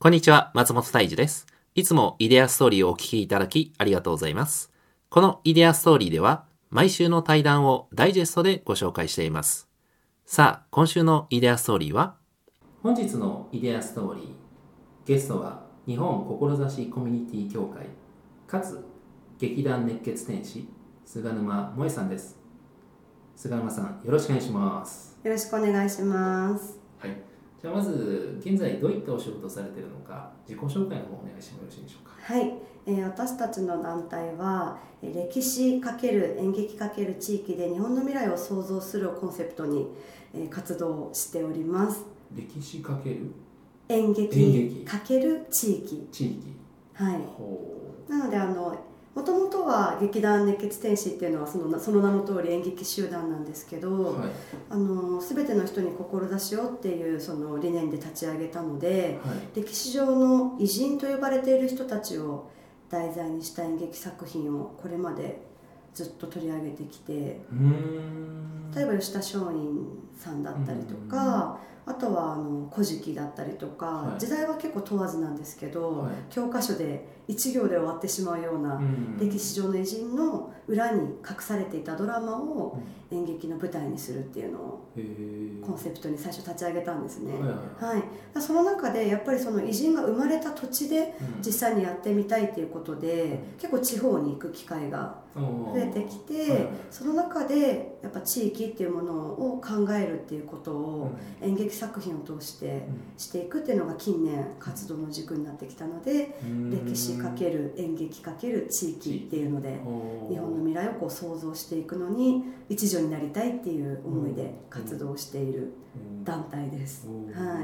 こんにちは、松本泰治です。いつもイデアストーリーをお聞きいただきありがとうございます。このイデアストーリーでは、毎週の対談をダイジェストでご紹介しています。さあ、今週のイデアストーリーは？本日のイデアストーリー、ゲストは日本志コミュニティ協会、かつ劇団熱血天使、菅沼萌さんです。菅沼さん、よろしくお願いします。 よろしくお願いします。 はい。じゃあまず現在どういったお仕事をされているのか、自己紹介の方お願いしてもよろしいでしょうか。 はい、私たちの団体は歴史×演劇×地域で日本の未来を創造するをコンセプトに活動しております。 歴史× 演劇×地域。はい。なのでもともとは劇団熱血天使っていうのはその名の通り演劇集団なんですけど、はい、全ての人に志をっていうその理念で立ち上げたので、はい、歴史上の偉人と呼ばれている人たちを題材にした演劇作品をこれまでずっと取り上げてきて、例えば吉田松陰さんだったりとか、あとは古事記だったりとか、はい、時代は結構問わずなんですけど、はい、教科書で1行で終わってしまうような歴史上の偉人の裏に隠されていたドラマを演劇の舞台にするっていうのをコンセプトに最初立ち上げたんですね。はい、その中でやっぱりその偉人が生まれた土地で実際にやってみたいっていうことで、結構地方に行く機会が増えてきて、その中でやっぱ地域っていうものを考えるっていうことを演劇作品を通してしていくっていうのが近年活動の軸になってきたので、歴史×演劇×地域っていうので日本の未来をこう創造していくのに一助になりたいっていう思いで活動している団体です。はい、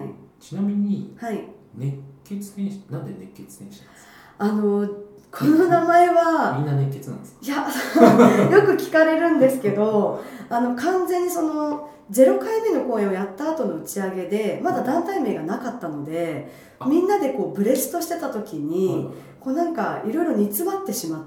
ちなみに、 はい、 熱血天使、なんで熱血天使なんですか？ この名前はみんな熱血なんですか？ いやよく聞かれるんですけど、完全にその0回目の公演をやった後の打ち上げでまだ団体名がなかったので、みんなでこうブレストしてた時にこうなんかいろいろ煮詰まってしまって、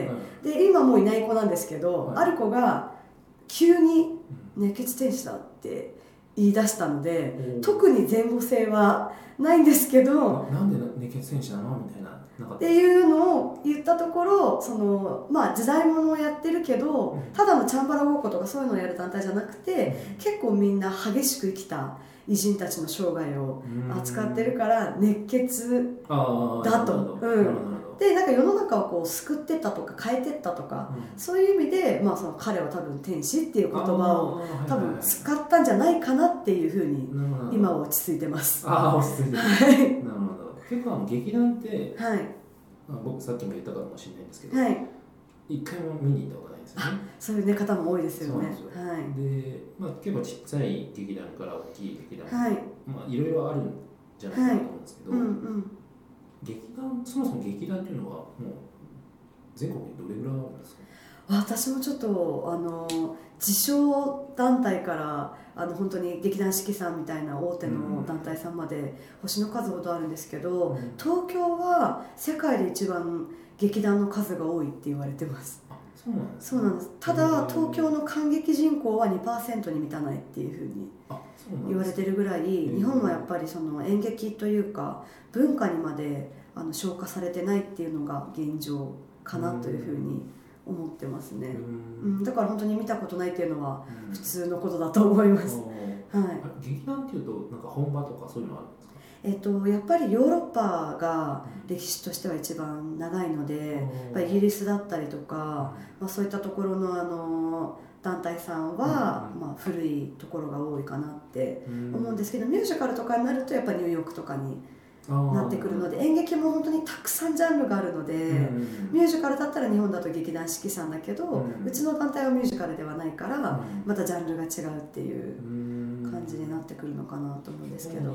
で今もういない子なんですけど、ある子が急に熱血天使だって言い出したので、特に前後性はないんですけど、 なんで熱血天使なのみたいなっていうのを言ったところ、時代物をやってるけど、ただのチャンバラごっことかそういうのをやる団体じゃなくて、結構みんな激しく生きた偉人たちの生涯を扱ってるから熱血だと。でなんか世の中をこう救ってったとか変えてったとか、そういう意味で、その彼は多分天使っていう言葉を多分使ったんじゃないかなっていうふうに今は落ち着いてます。 落ち着いてます。なるほど。結構劇団って、 はい、 僕さっきも言ったかもしれないんですけど、 はい、 一回も見に行ったことないんですよね。 そういう、方も多いですよね。 で、結構ちっちゃい劇団から大きい劇団、 はい、 いろいろあるんじゃないかなと思うんですけど、劇団、そもそも劇団っていうのはもう全国にどれぐらいあるんですか？ 私もちょっと自称団体から本当に劇団四季さんみたいな大手の団体さんまで星の数ほどあるんですけど、東京は世界で一番劇団の数が多いって言われてます。そうなんです。ただ東京の観劇人口は 2% に満たないっていうふうに言われてるぐらい、日本はやっぱりその演劇というか文化にまで昇華されてないっていうのが現状かなというふうに思ってますね。だから本当に見たことないっていうのは普通のことだと思います。 劇団っていうとなんか本場とかそういうのあるんですか？ やっぱりヨーロッパが歴史としては一番長いので、やっぱりイギリスだったりとか、そういったところの団体さんは、古いところが多いかなって思うんですけど、ミュージカルとかになるとやっぱりニューヨークとかになってくるので、演劇も本当にたくさんジャンルがあるので、ミュージカルだったら日本だと劇団四季さんだけど、うちの団体はミュージカルではないから、またジャンルが違うっていう感じになってくるのかなと思うんですけど。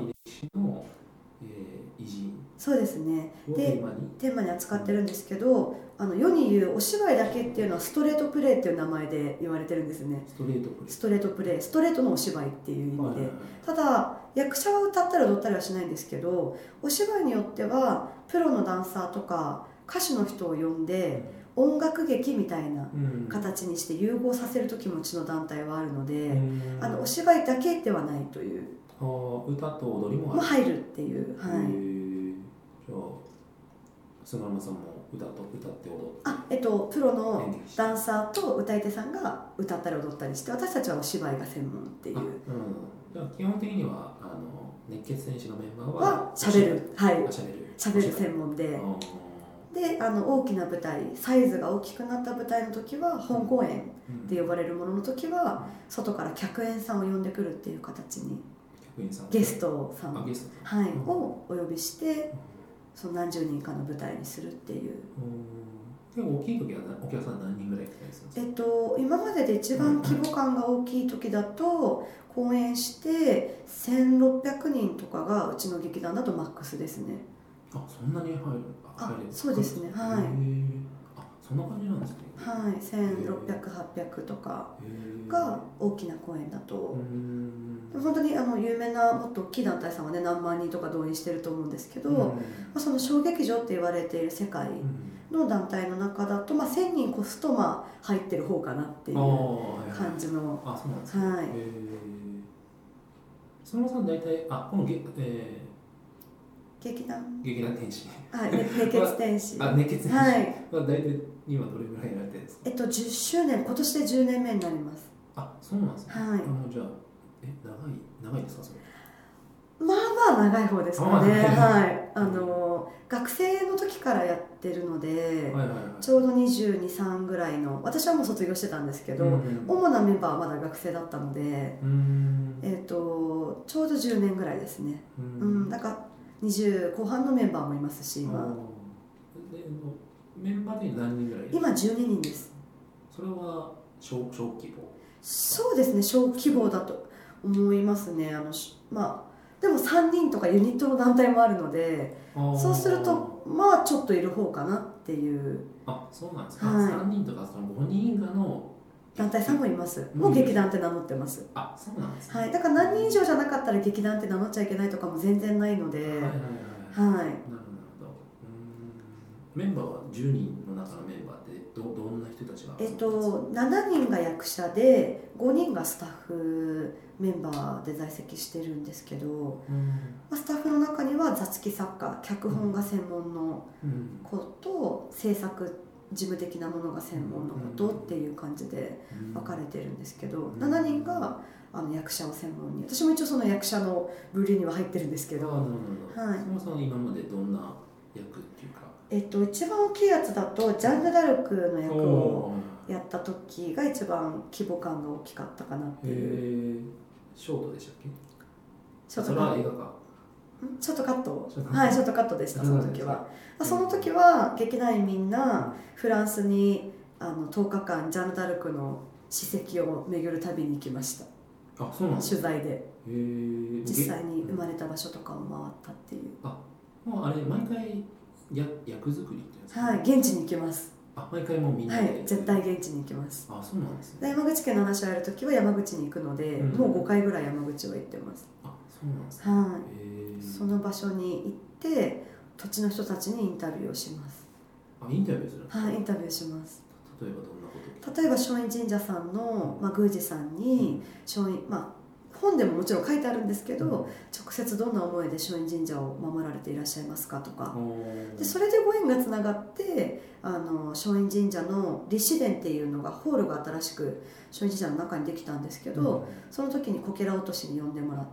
偉人、 そうですね。でテーマに扱ってるんですけど、世に言うお芝居だけっていうのはストレートプレイっていう名前で言われてるんですね。ストレートプレイ、ストレートのお芝居っていう意味で、ただ役者は歌ったり踊ったりはしないんですけど、お芝居によってはプロのダンサーとか歌手の人を呼んで音楽劇みたいな形にして融合させる時もうちの団体はあるので、お芝居だけではないという、 歌と踊りも入るっていう、 菅沼さんも歌って踊って、 プロのダンサーと歌い手さんが歌ったり踊ったりして、私たちはお芝居が専門っていう。 じゃあ基本的には熱血戦士のメンバーは喋る、 喋る専門で、で大きな舞台、サイズが大きくなった舞台の時は本公演って呼ばれるものの時は、外から客演さんを呼んでくるっていう形に、ゲストさん、をお呼びして、その何十人かの舞台にするっていう。 結構大きい時はお客さん何人ぐらい来たりするんですか？ 今までで一番規模感が大きい時だと、公演して1600人とかがうちの劇団だとマックスですね。 そんなに入る？ そうですね、はい。 そんな感じなんですね。 はい、1600、800とかが大きな公演だと。本当に有名なもっと大きい団体さんはね、何万人とか動員してると思うんですけど、その小劇場って言われている世界の団体の中だと、1000人越すと入ってる方かなっていう感じの。 そうなんですね。はい。そのさん大体この劇団天使。 熱血天使。 熱血天使。はい。大体今どれぐらいやられてるんですか ？10周年、今年で10年目になります。 そうなんですね。 はい。 じゃあ長いですかそれ？ 長い方ですかね。はい。学生の時からやってるので、ちょうど22、3ぐらいの、私はもう卒業してたんですけど、主なメンバーはまだ学生だったので、ちょうど10年ぐらいですね。だから20後半のメンバーもいますし、今。 メンバーで何人ぐらい？ 今12人です。 それは小規模？ そうですね、小規模だと思いますね。でも3人とかユニットの団体もあるので、そうするとちょっといる方かなっていう。 そうなんですか。3人とかその5人以下の団体さんもいます。もう劇団って名乗ってます。 そうなんですね。 はい、だから何人以上じゃなかったら劇団って名乗っちゃいけないとかも全然ないので。なるほど。 メンバーは10人の中のメンバーってどんな人たちが 7人が役者で5人がスタッフメンバーで在籍してるんですけど、スタッフの中には座付き作家、脚本が専門の子と制作事務的なものが専門の子とっていう感じで分かれてるんですけど、7人が役者を専門に、私も一応その役者の部類には入ってるんですけど。 そもそも今までどんな役っていうか？ 一番大きいやつだとジャンヌ・ダルクの役をやった時が一番規模感が大きかったかなっていう。 ショートでしたっけ？ ショートカット。それは映画か。ショートカット。はい、ショートカットでした、その時は。その時は劇団員みんなフランスに10日間ジャンヌ・ダルクの史跡を巡る旅に行きました。 そうなんですか？ 取材で。実際に生まれた場所とかを回ったっていう。 もうあれ毎回役作りってやつ？ はい、現地に行きます。 毎回もうみんなで？はい、 絶対現地に行きます。 そうなんですね。 山口県の話をやるときは山口に行くので、もう5回ぐらい山口は行ってます。 そうなんですね。 はい。その場所に行って土地の人たちにインタビューをします。 インタビューするんですか？はい、 インタビューします。 例えばどんなこと？ 例えば松陰神社さんの、宮司さんに本でももちろん書いてあるんですけど、直接どんな思いで松陰神社を守られていらっしゃいますかとかで、それでご縁がつながって松陰神社の立志殿っていうのがホールが新しく松陰神社の中にできたんですけど、その時にこけら落としに呼んでもらって、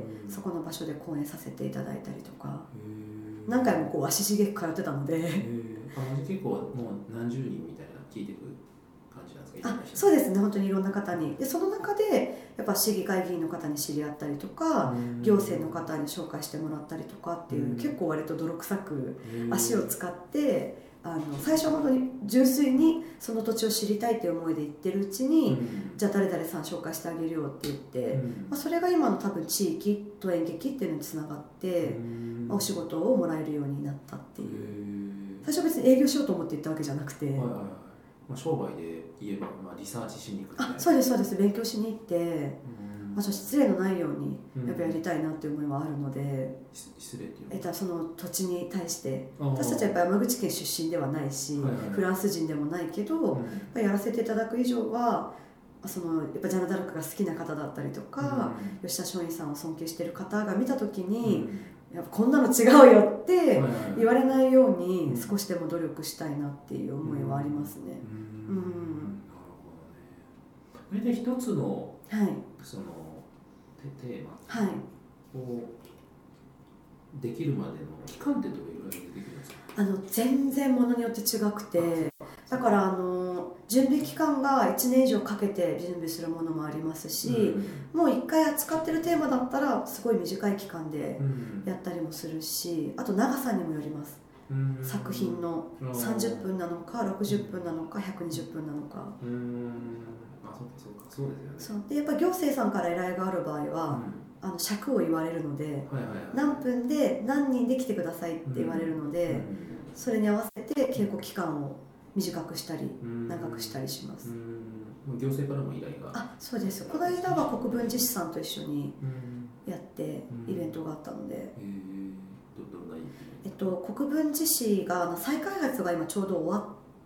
そこの場所で講演させていただいたりとか、何回も足しげく通ってたので結構もう何十人みたいな聞いてくる感じなんですか？ そうですね、本当にいろんな方に。でその中でやっぱ市議会議員の方に知り合ったりとか、行政の方に紹介してもらったりとかっていう、結構割と泥臭く足を使って最初は本当に純粋にその土地を知りたいという思いで行ってるうちに、じゃあ誰々さん紹介してあげるよって言って、それが今の多分地域と演劇っていうのにつながって、お仕事をもらえるようになったっていう。最初は別に営業しようと思って行ったわけじゃなくて、 商売で言えば、リサーチしに行くみたいな。 そうですそうです、勉強しに行って、失礼のないようにやっぱやりたいなっていう思いはあるので、 失礼っていうその土地に対して、私たちはやっぱ山口県出身ではないし、フランス人でもないけど、やらせていただく以上はやっぱジャンヌ・ダルクが好きな方だったりとか、吉田松陰さんを尊敬している方が見た時に、 やっぱこんなの違うよって言われないように少しでも努力したいなっていう思いはありますね。 なるほどね。大体一つの、 はい、 そのテーマをできるまでの期間ってどれぐらいでできるんですか？ 全然ものによって違くて、だから準備期間が1年以上かけて準備するものもありますし、もう1回扱ってるテーマだったらすごい短い期間でやったりもするし、あと長さにもよります。作品の30分なのか60分なのか120分なのか。 そうですよね。 でやっぱ行政さんから依頼がある場合は、尺を言われるので、何分で何人で来てくださいって言われるので、それに合わせて稽古期間を短くしたり長くしたりします。 行政からも依頼が？ そうです。この間は国分寺市さんと一緒にやってイベントがあったので、国分寺市が再開発が今ちょうど終わって、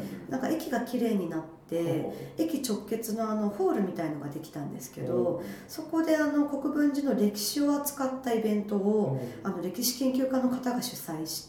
なんか駅がきれいになって駅直結のホールみたいのができたんですけど、そこで国分寺の歴史を扱ったイベントを歴史研究家の方が主催して、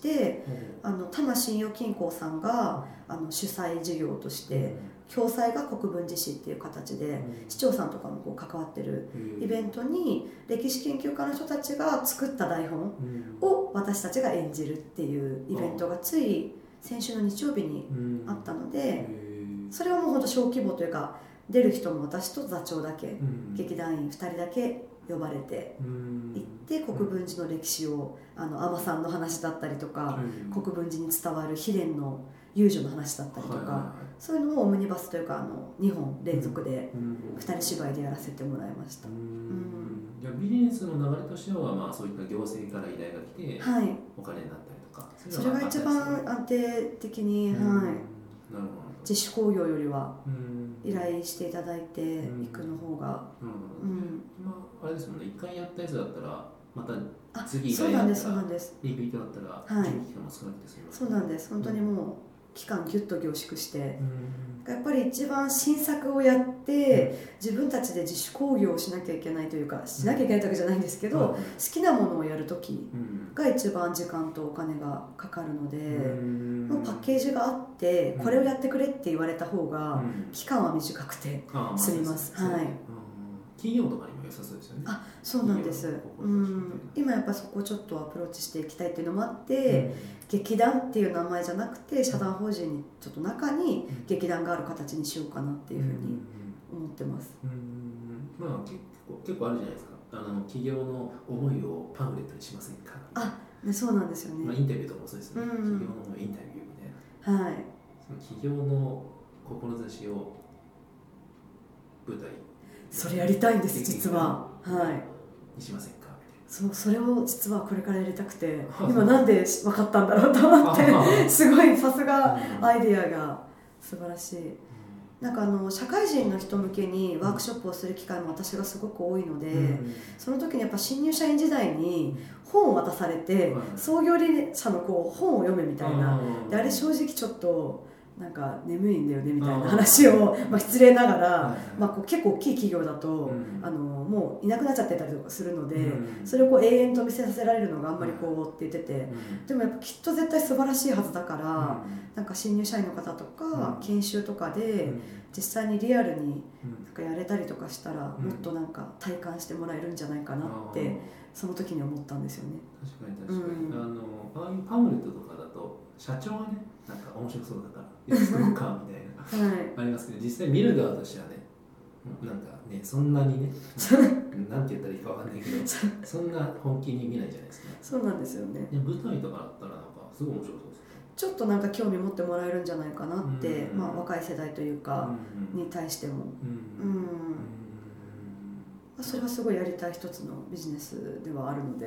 多摩信用金庫さんが主催事業として共催が国分寺市っていう形で市長さんとかもこう関わってるイベントに歴史研究家の人たちが作った台本を私たちが演じるっていうイベントがつい先週の日曜日にあったので、それはもう本当小規模というか、出る人も私と座長だけ、劇団員2人だけ呼ばれて行って国分寺の歴史を海女さんの話だったりとか、国分寺に伝わる秘伝の遊女の話だったりとか、そういうのをオムニバスというか2本連続で2人芝居でやらせてもらいました。 じゃあビジネスの流れとしては、そういった行政から依頼が来て、お金になったりとか、 それが一番安定的に、自主興行よりは依頼していただいていくの方が、 あれですもんね、1回やったやつだったらまた次がやったらリピートだったら準備期間も少なくて済みます。 そうなんです。本当にもう期間ギュッと凝縮して、やっぱり一番新作をやって自分たちで自主興行をしなきゃいけないというか、しなきゃいけないわけじゃないんですけど、好きなものをやるときが一番時間とお金がかかるので、もうパッケージがあってこれをやってくれって言われた方が期間は短くて済みます。 企業とかにも良さそうですよね。 そうなんです。今やっぱそこをちょっとアプローチしていきたいっていうのもあって、劇団っていう名前じゃなくて社団法人にちょっと中に劇団がある形にしようかなっていうふうに思ってます。 結構あるじゃないですか。企業の思いをパンフレットにしませんか。 そうなんですよね。 インタビューとかもそうですね。企業のインタビューみたいな。その企業の志を舞台。 それやりたいんです実は。 にしませんか。 それを実はこれからやりたくて、今なんで分かったんだろうと思ってすごいさすがアイデアが素晴らしい。なんか社会人の人向けにワークショップをする機会も私がすごく多いので、その時にやっぱ新入社員時代に本を渡されて、創業理念者の本を読めみたいな、であれ正直ちょっとなんか眠いんだよねみたいな話を失礼ながら、結構大きい企業だともういなくなっちゃってたりとかするので、それを永遠と見せさせられるのがあんまりって言ってて、でもやっぱきっと絶対素晴らしいはずだから、なんか新入社員の方とか研修とかで実際にリアルになんかやれたりとかしたら、もっとなんか体感してもらえるんじゃないかなってその時に思ったんですよね。 確かにああいうパンフレットとかだと社長はね、なんか面白そうだから作ろうかみたいなありますけど、実際見る側としてはね、なんかね、そんなにねなんて言ったらいいかわかんないけどそんな本気に見ないじゃないですか。 そうなんですよね。 舞台とかだったらなんかすごい面白そうですね。 ちょっとなんか興味持ってもらえるんじゃないかなって、若い世代というかに対しても、それはすごいやりたい一つのビジネスではあるので、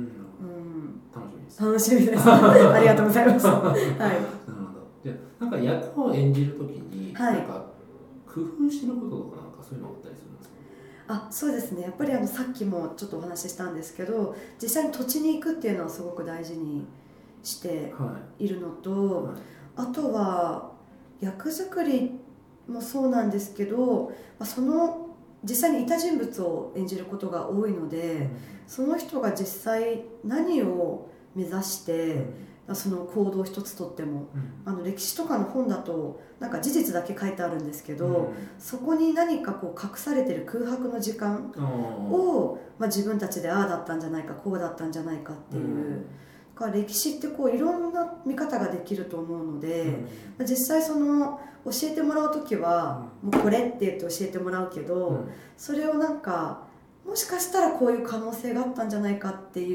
楽しみです。 ありがとうございます。なるほど。 じゃあなんか役を演じるときになんか工夫してることとかなんかそういうのあったりするんですか？ そうですね。やっぱりさっきもちょっとお話ししたんですけど、実際に土地に行くっていうのはすごく大事にしているのと、あとは役作りもそうなんですけど、その実際にいた人物を演じることが多いので、その人が実際何を目指して、その行動一つとっても、歴史とかの本だとなんか事実だけ書いてあるんですけど、そこに何かこう隠されてる空白の時間を、自分たちでああだったんじゃないか、こうだったんじゃないかっていう、歴史ってこういろんな見方ができると思うので、実際その教えてもらう時は、もうこれって言って教えてもらうけど、それをなんかもしかしたらこういう可能性があったんじゃないかっていう、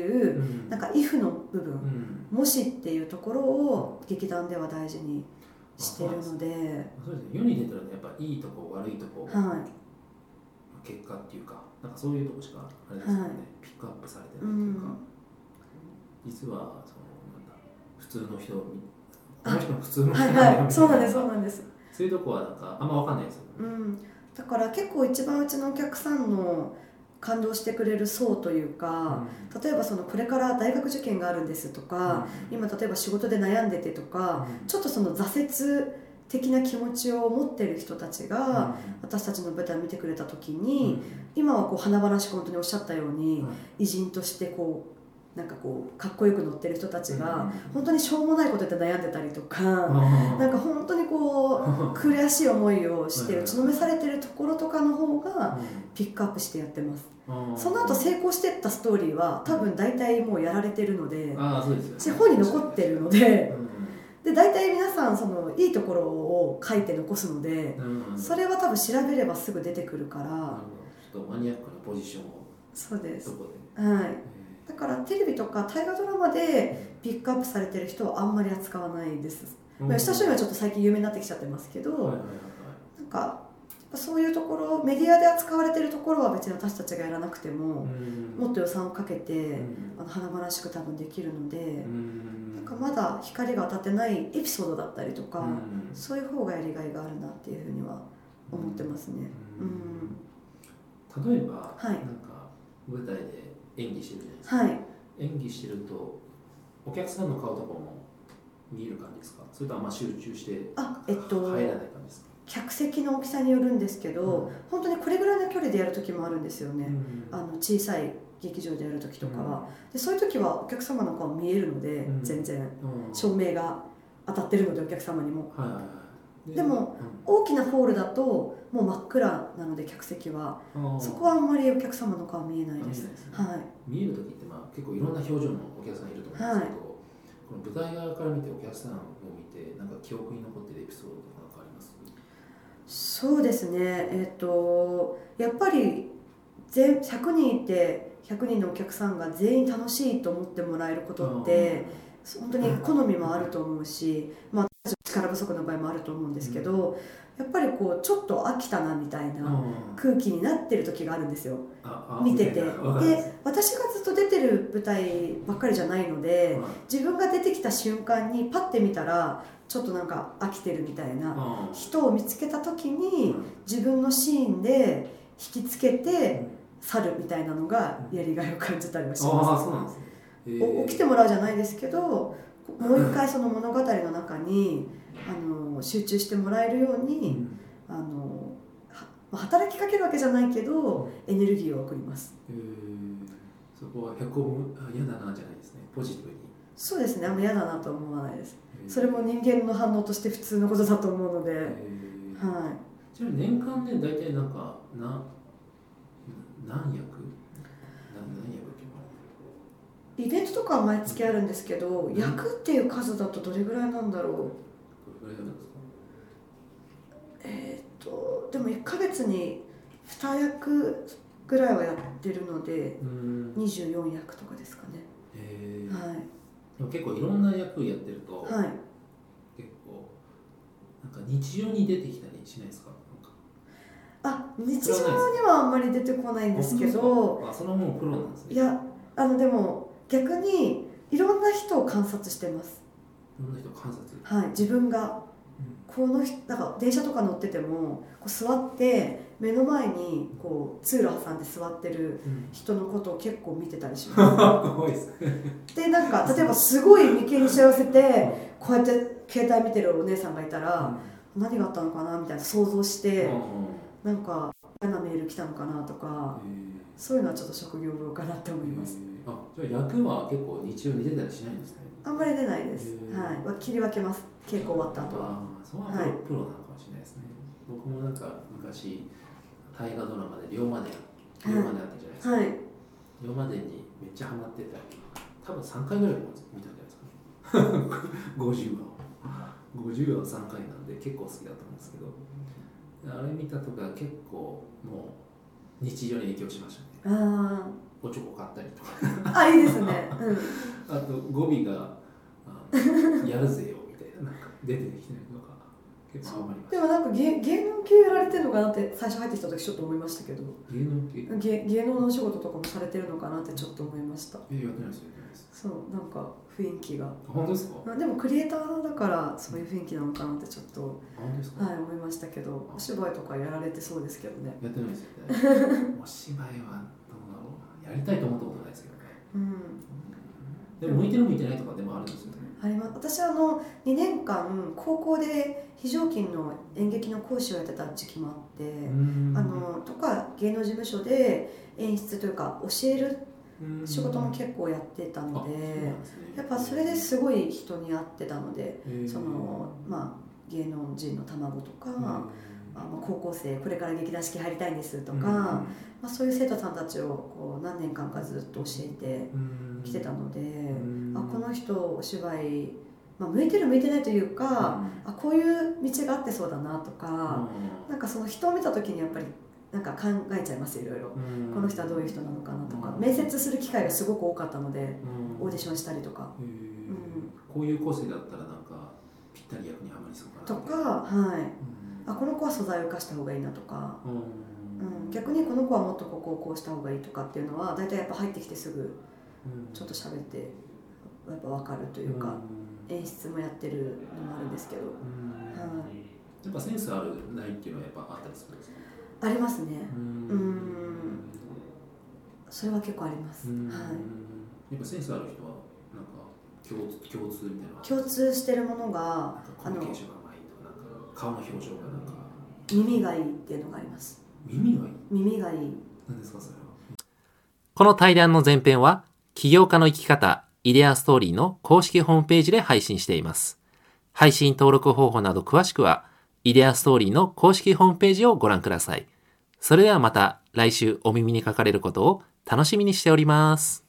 なんか if の部分、もしっていうところを劇団では大事にしてるので、 そうですね、世に出たら、ね、やっぱいいとこ悪いとこ、結果っていうか、なんかそういうとこしかあれですよね、ピックアップされてないというか、実はそのなんだ普通の人、この人も普通の人なんだ、 そうなんです、そうなんです。 そういうとこはなんかあんま分かんないですよね。 だから結構一番うちのお客さんの感動してくれる層というか、例えばそのこれから大学受験があるんですとか、今例えば仕事で悩んでてとか、ちょっとその挫折的な気持ちを持ってる人たちが私たちの舞台を見てくれた時に、今はこう華々しく本当におっしゃったように、偉人としてこうなんかこうかっこよく乗ってる人たちが本当にしょうもないことで悩んでたりとか、なんか本当にこう悔しい思いをして打ちのめされてるところとかの方がピックアップしてやってます。その後成功していったストーリーは多分大体もうやられてるので、本に残ってるので、大体皆さんそのいいところを書いて残すので、それは多分調べればすぐ出てくるから。 ちょっとマニアックなポジションを。 そうです。はい。だからテレビとか大河ドラマでピックアップされてる人はあんまり扱わないです。吉田松陰はちょっと最近有名になってきちゃってますけど、なんかそういうところ、メディアで扱われてるところは別に私たちがやらなくても、もっと予算をかけて華々しく多分できるので、なんかまだ光が当たってないエピソードだったりとか、そういう方がやりがいがあるなっていうふうには思ってますね。 例えば、なんか舞台で演技してるじゃないですか、演技してるとお客さんの顔とかも見える感じですか？それとあんま集中して入らない感じですか？ 客席の大きさによるんですけど、本当にこれぐらいの距離でやる時もあるんですよね、小さい劇場でやる時とかは、でそういう時はお客様の顔見えるので、全然照明が当たってるのでお客様にも、でも、大きなホールだともう真っ暗なので客席は、そこはあんまりお客様の顔見えないです。 見える時って結構いろんな表情のお客さんいると思うんですけど、この舞台側から見てお客さんを見てなんか記憶に残っているエピソードとか何かあります？ そうですね、やっぱり100人いて100人のお客さんが全員楽しいと思ってもらえることって本当に好みもあると思うし、力不足の場合もあると思うんですけど、やっぱりこうちょっと飽きたなみたいな空気になってる時があるんですよ、見てて。で、私がずっと出てる舞台ばっかりじゃないので、自分が出てきた瞬間にパッて見たらちょっとなんか飽きてるみたいな人を見つけた時に、自分のシーンで引きつけて去るみたいなのがやりがいを感じたりはします。起きてもらうじゃないですけど、もう一回その物語の中に集中してもらえるように、働きかけるわけじゃないけどエネルギーを送ります。 そこはへこむ嫌だなじゃないですね、ポジティブに。 そうですね、あんま嫌だなとは思わないです。それも人間の反応として普通のことだと思うので。 ちなみに年間で大体なんか何役イベントとかは毎月あるんですけど、役っていう数だとどれぐらいなんだろう。 どれぐらいなんですか？ でも1ヶ月に2役ぐらいはやってるので、24役とかですかね。 結構いろんな役やってると、結構なんか日常に出てきたりしないですか？ 日常にはあんまり出てこないんですけど、 そのもうプロなんですね。 いや、でも逆にいろんな人を観察してます。 いろんな人を観察。 自分がこの人、なんか電車とか乗っててもこう座って目の前にこう通路挟んで座ってる人のことを結構見てたりします。で、なんか例えばすごい眉間にしわ寄せてこうやって携帯見てるお姉さんがいたら、何があったのかなみたいな想像して、なんか嫌なメール来たのかなとか、そういうのはちょっと職業病かなって思います。 じゃあ役は結構日常に出たりしないんですね。 あんまり出ないです。はい。切り分けます。稽古終わった後は。 そうはプロなのかもしれないですね。僕もなんか昔大河ドラマで龍馬伝あったじゃないですか。はい。龍馬伝にめっちゃハマってた。多分3回ぐらい見たんじゃないですか。50話3回なんで結構好きだと思うんですけど、あれ見たとか結構もう日常に影響しましたね。おチョコ買ったりとか。 いいですね。 あと語尾がやるぜよみたいな、なんか出てきてるのが結構ハマりました。 でもなんか芸能系やられてるのかなって最初入ってきた時ちょっと思いましたけど、芸能のお仕事とかもされてるのかなってちょっと思いました。 やってないです。 そう、なんか雰囲気が。 本当ですか？ でもクリエイターだからそういう雰囲気なのかなってちょっと、 本当ですか？ はい、思いましたけど、お芝居とかやられてそうですけどね。 やってないですよね。お芝居はどうだろう。やりたいと思ったことないですけどね。でも向いてる向いてないとかでもあるんですよね。 あります。私2年間高校で非常勤の演劇の講師をやってた時期もあって、とか芸能事務所で演出というか教える仕事も結構やってたので、やっぱそれですごい人に会ってたので、芸能人の卵とか、高校生これから劇団四季入りたいんですとか、そういう生徒さんたちをこう何年間かずっと教えてきてたので、この人お芝居、向いてる向いてないというか、こういう道があってそうだなとか、なんかその人を見た時にやっぱりなんか考えちゃいます。いろいろこの人はどういう人なのかなとか、面接する機会がすごく多かったので、オーディションしたりとか、 こういう個性だったらなんかぴったり役にはまりそうかなとか、はい、この子は素材を生かした方がいいなとか、逆にこの子はもっとこうした方がいいとかっていうのは大体やっぱ入ってきてすぐちょっと喋ってやっぱ分かるというか、演出もやってるのもあるんですけど、 やっぱセンスあるないっていうのはやっぱあったりするんですか？ ありますね。それは結構あります。 やっぱセンスある人はなんか共通みたいな。 共通してるものがコミュニケーションがうまいとか、なんか顔の表情がなんか耳がいいっていうのがあります。 耳がいい。 何ですかそれは？ この対談の前編は起業家の生き方イデアストーリーの公式ホームページで配信しています。配信登録方法など詳しくはイデアストーリーの公式ホームページをご覧ください。それではまた来週お耳にかかれることを楽しみにしております。